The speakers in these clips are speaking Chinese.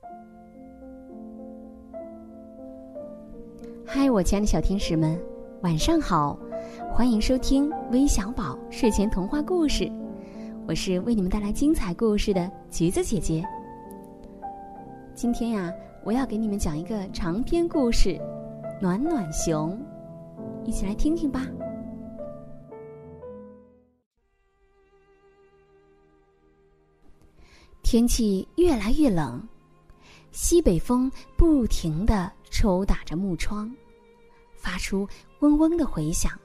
嗨，我亲爱的小天使们，晚上好，欢迎收听微小宝睡前童话故事，我是为你们带来精彩故事的橘子姐姐。今天呀，我要给你们讲一个长篇故事《暖暖熊》，一起来听听吧。天气越来越冷，西北风不停地抽打着木窗，发出嗡嗡的回响。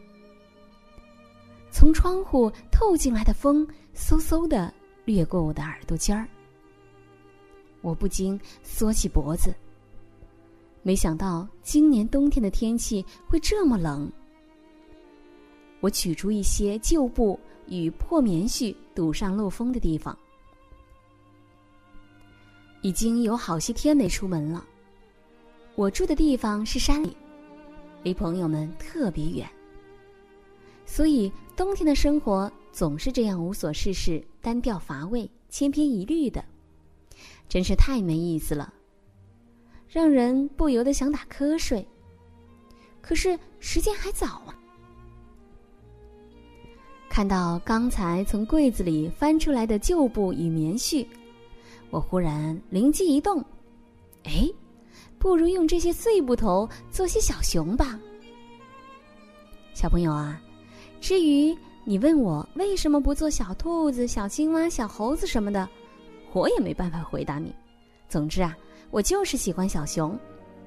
从窗户透进来的风嗖嗖地掠过我的耳朵尖儿，我不禁缩起脖子。没想到今年冬天的天气会这么冷。我取出一些旧布与破棉絮堵上漏风的地方。已经有好些天没出门了，我住的地方是山里，离朋友们特别远，所以冬天的生活总是这样无所事事、单调乏味、千篇一律的，真是太没意思了，让人不由得想打瞌睡。可是时间还早啊。看到刚才从柜子里翻出来的旧布与棉絮，我忽然灵机一动，不如用这些碎布头做些小熊吧。小朋友啊，至于你问我为什么不做小兔子、小青蛙、小猴子什么的，我也没办法回答你。总之啊，我就是喜欢小熊。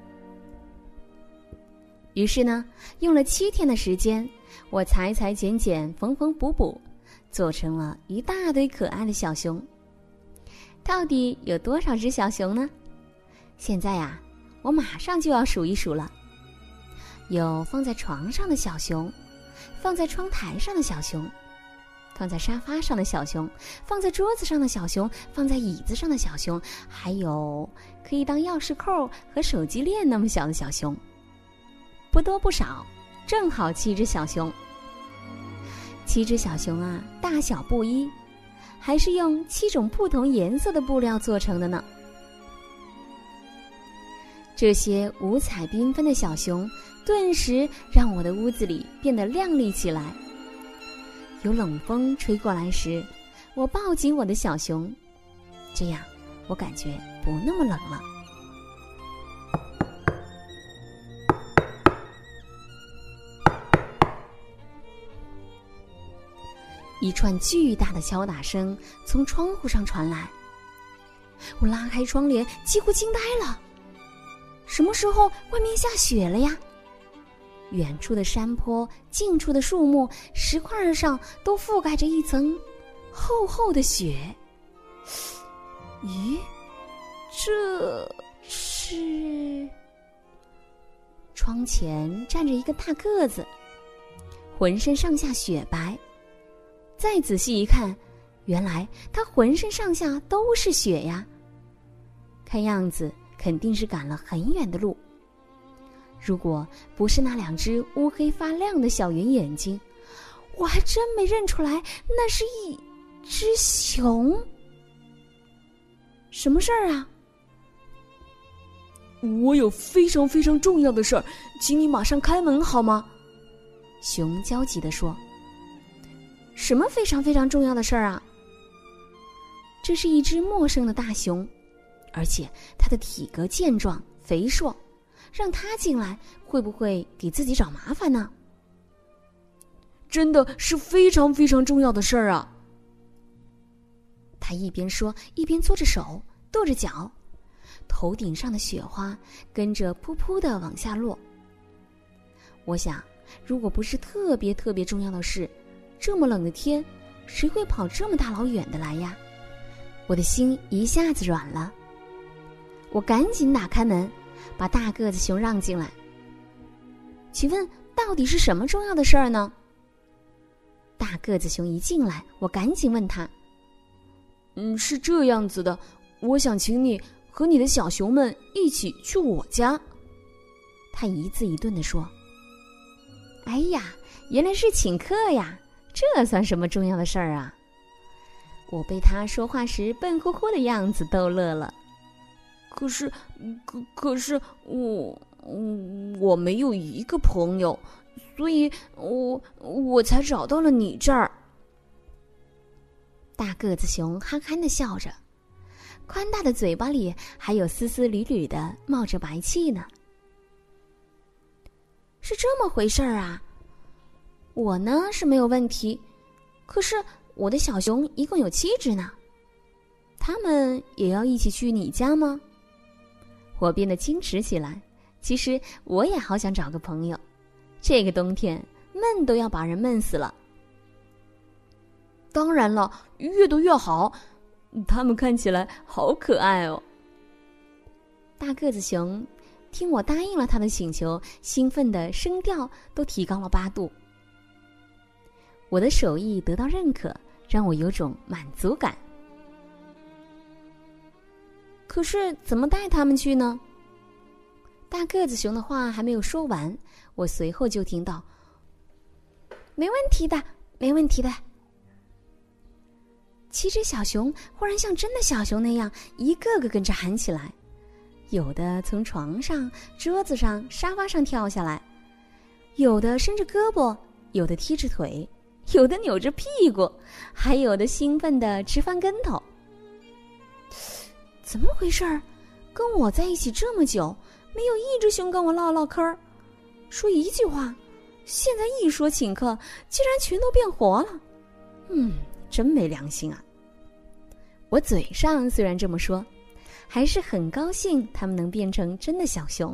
于是呢，用了7天的时间，我裁裁剪剪、缝缝补补，做成了一大堆可爱的小熊。到底有多少只小熊呢？现在呀，我马上就要数一数了。有放在床上的小熊，放在窗台上的小熊，放在沙发上的小熊，放在桌子上的小熊，放在椅子上的小熊，还有可以当钥匙扣和手机链那么小的小熊。不多不少，正好7只小熊。7只小熊啊，大小不一，还是用7种不同颜色的布料做成的呢。这些五彩缤纷的小熊顿时让我的屋子里变得亮丽起来。有冷风吹过来时，我抱紧我的小熊，这样我感觉不那么冷了。一串巨大的敲打声从窗户上传来，我拉开窗帘，几乎惊呆了。什么时候外面下雪了呀？远处的山坡，近处的树木，石块上都覆盖着一层厚厚的雪。咦，这是……窗前站着一个大个子，浑身上下雪白。再仔细一看，原来他浑身上下都是雪呀。看样子肯定是赶了很远的路。如果不是那2只乌黑发亮的小圆眼睛，我还真没认出来那是一只熊。什么事儿啊？ 我有非常非常重要的事儿，请你马上开门好吗？ 熊焦急地说。什么非常非常重要的事儿啊？这是一只陌生的大熊，而且它的体格健壮肥硕，让它进来会不会给自己找麻烦呢？ 真的是非常非常重要的事儿啊！ 他一边说一边搓着手跺着脚，头顶上的雪花跟着噗噗地往下落。我想，如果不是特别特别重要的事，这么冷的天，谁会跑这么大老远的来呀？我的心一下子软了。我赶紧打开门，把大个子熊让进来。请问到底是什么重要的事儿呢？大个子熊一进来，我赶紧问他。 是这样子的，我想请你和你的小熊们一起去我家。 他一字一顿地说。哎呀，原来是请客呀，这算什么重要的事儿啊？我被他说话时笨乎乎的样子逗乐了。 可是我没有一个朋友，所以我才找到了你这儿。 大个子熊憨憨地笑着，宽大的嘴巴里还有丝丝缕缕的冒着白气呢。是这么回事儿啊？我呢是没有问题，可是我的小熊一共有7只呢，他们也要一起去你家吗？我变得矜持起来，其实我也好想找个朋友，这个冬天闷都要把人闷死了。 当然了，越多越好，他们看起来好可爱哦。 大个子熊听我答应了他的请求，兴奋的声调都提高了8度。我的手艺得到认可，让我有种满足感。可是怎么带他们去呢？大个子熊的话还没有说完，我随后就听到：“没问题的，没问题的。”7只小熊忽然像真的小熊那样，一个个跟着喊起来，有的从床上、桌子上、沙发上跳下来，有的伸着胳膊，有的踢着腿，有的扭着屁股，还有的兴奋地直翻跟头。怎么回事儿？跟我在一起这么久，没有一只熊跟我唠唠嗑儿，说一句话，现在一说请客，竟然全都变活了。真没良心啊！我嘴上虽然这么说，还是很高兴他们能变成真的小熊。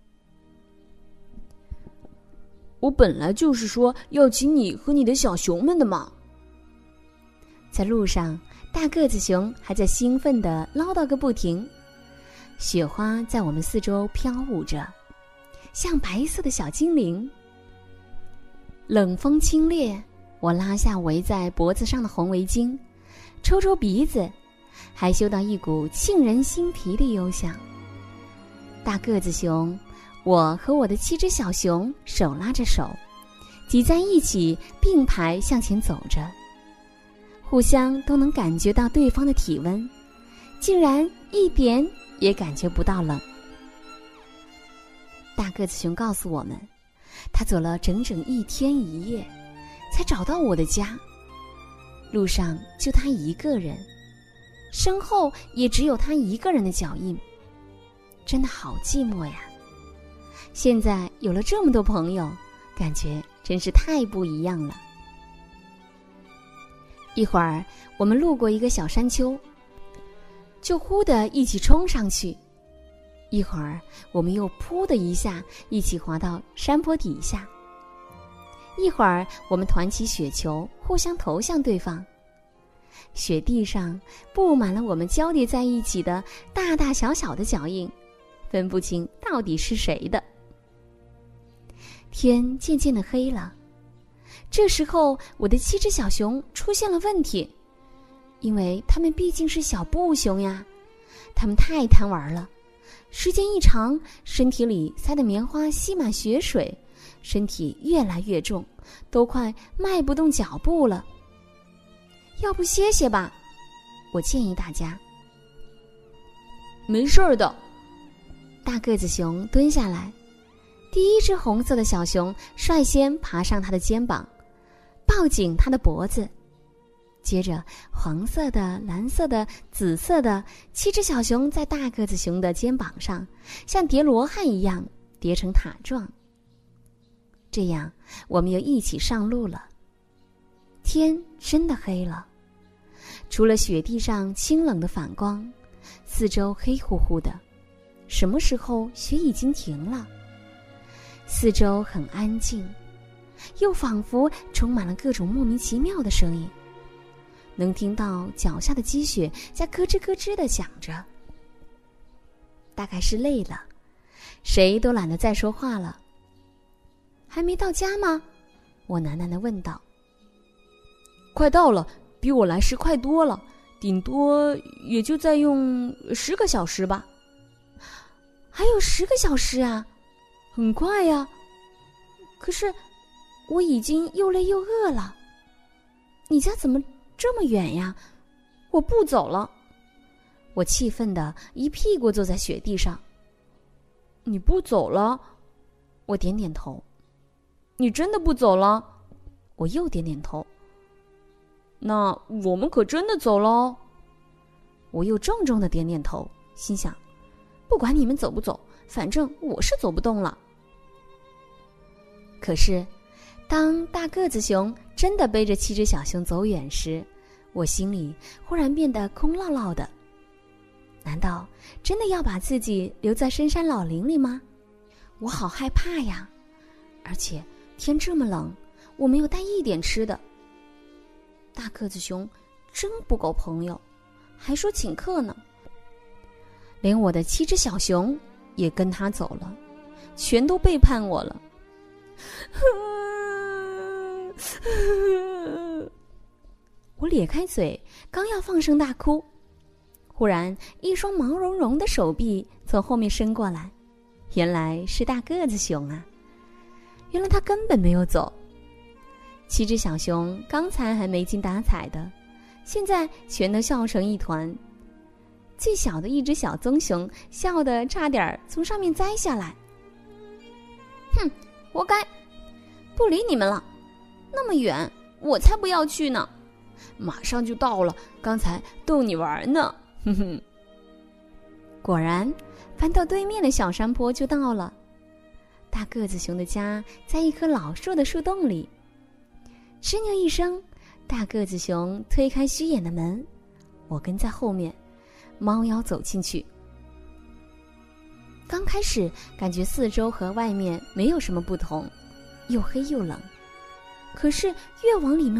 我本来就是说要请你和你的小熊们的嘛。 在路上，大个子熊还在兴奋地唠叨个不停，雪花在我们四周飘舞着，像白色的小精灵。冷风清冽，我拉下围在脖子上的红围巾，抽抽鼻子，还嗅到一股沁人心脾的幽香。大个子熊，我和我的7只小熊手拉着手，挤在一起并排向前走着，互相都能感觉到对方的体温，竟然一点也感觉不到冷。大个子熊告诉我们，他走了整整1天1夜才找到我的家，路上就他一个人，身后也只有他一个人的脚印，真的好寂寞呀。现在有了这么多朋友，感觉真是太不一样了。一会儿我们路过一个小山丘，就忽地一起冲上去，一会儿我们又扑的一下一起滑到山坡底下，一会儿我们团起雪球互相投向对方，雪地上布满了我们交叠在一起的大大小小的脚印，分不清到底是谁的。天渐渐的黑了，这时候我的7只小熊出现了问题，因为它们毕竟是小布熊呀，它们太贪玩了，时间一长，身体里塞的棉花吸满雪水，身体越来越重，都快迈不动脚步了。要不歇歇吧，我建议大家。 没事儿的。 大个子熊蹲下来，第一只红色的小熊率先爬上他的肩膀，抱紧他的脖子，接着黄色的、蓝色的、紫色的7只小熊在大个子熊的肩膀上像叠罗汉一样叠成塔状。这样我们又一起上路了。天真的黑了，除了雪地上清冷的反光，四周黑乎乎的，什么时候雪已经停了。四周很安静，又仿佛充满了各种莫名其妙的声音，能听到脚下的积雪在咯吱咯吱地响着。大概是累了，谁都懒得再说话了。还没到家吗？我喃喃地问道。 快到了，比我来时快多了，顶多也就再用10个小时吧。 还有10个小时啊？ 很快呀。 可是我已经又累又饿了。你家怎么这么远呀？我不走了。 我气愤地一屁股坐在雪地上。 你不走了？ 我点点头。 你真的不走了？ 我又点点头。 那我们可真的走喽？ 我又重重的点点头，心想，不管你们走不走，反正我是走不动了。可是，当大个子熊真的背着7只小熊走远时，我心里忽然变得空落落的。难道真的要把自己留在深山老林里吗？我好害怕呀！而且天这么冷，我没有带一点吃的。大个子熊真不够朋友，还说请客呢。连我的7只小熊也跟他走了，全都背叛我了。我咧开嘴，刚要放声大哭，忽然一双毛茸茸的手臂从后面伸过来，原来是大个子熊啊！原来他根本没有走。7只小熊刚才还没精打采的，现在全都笑成一团。最小的一只小棕熊笑得差点从上面栽下来。 哼，活该！不理你们了，那么远，我才不要去呢！马上就到了，刚才逗你玩呢，哼哼。 果然，翻到对面的小山坡就到了。大个子熊的家在一棵老树的树洞里。吱扭一声，大个子熊推开虚掩的门，我跟在后面，猫腰走进去。刚开始感觉四周和外面没有什么不同，又黑又冷。可是越往里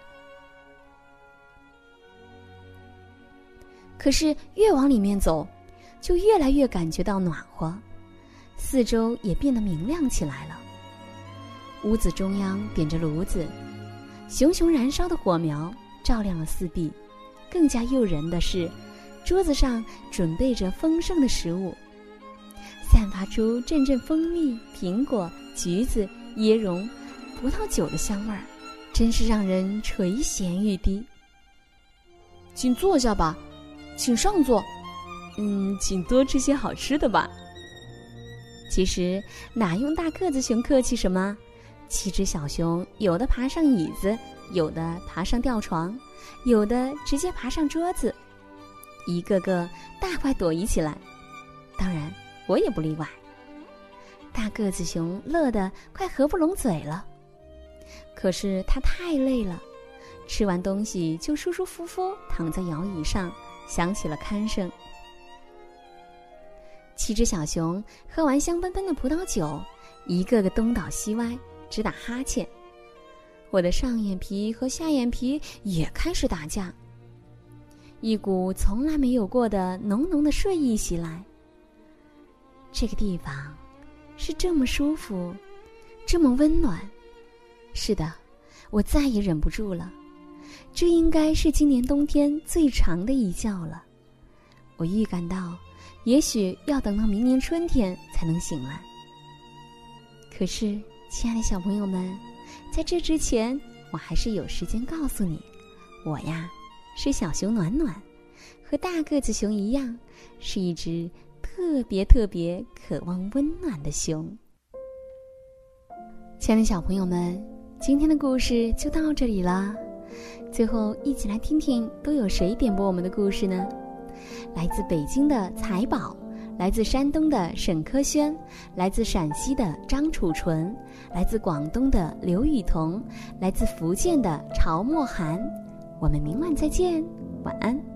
面走，就越来越感觉到暖和，四周也变得明亮起来了。屋子中央点着炉子，熊熊燃烧的火苗照亮了四壁。更加诱人的是，桌子上准备着丰盛的食物，散发出阵阵蜂蜜、苹果、橘子、椰蓉、葡萄酒的香味儿，真是让人垂涎欲滴。 请坐下吧，请上座。请多吃些好吃的吧。 其实哪用大个子熊客气什么？7只小熊有的爬上椅子，有的爬上吊床，有的直接爬上桌子，一个个大快朵颐起来。当然，我也不例外。大个子熊乐得快合不拢嘴了，可是他太累了，吃完东西就舒舒服服躺在摇椅上，想起了鼾声。7只小熊喝完香喷喷的葡萄酒，一个个东倒西歪，直打哈欠。我的上眼皮和下眼皮也开始打架，一股从来没有过的浓浓的睡意袭来。这个地方是这么舒服，这么温暖。是的，我再也忍不住了，这应该是今年冬天最长的一觉了。我预感到也许要等到明年春天才能醒来。可是亲爱的小朋友们，在这之前我还是有时间告诉你，我呀是小熊暖暖，和大个子熊一样，是一只特别渴望温暖的熊。亲爱的小朋友们，今天的故事就到这里了。最后一起来听听都有谁点播我们的故事呢？来自北京的财宝，来自山东的沈科轩，来自陕西的张楚纯，来自广东的刘雨桐，来自福建的曹墨涵。我们明晚再见，晚安。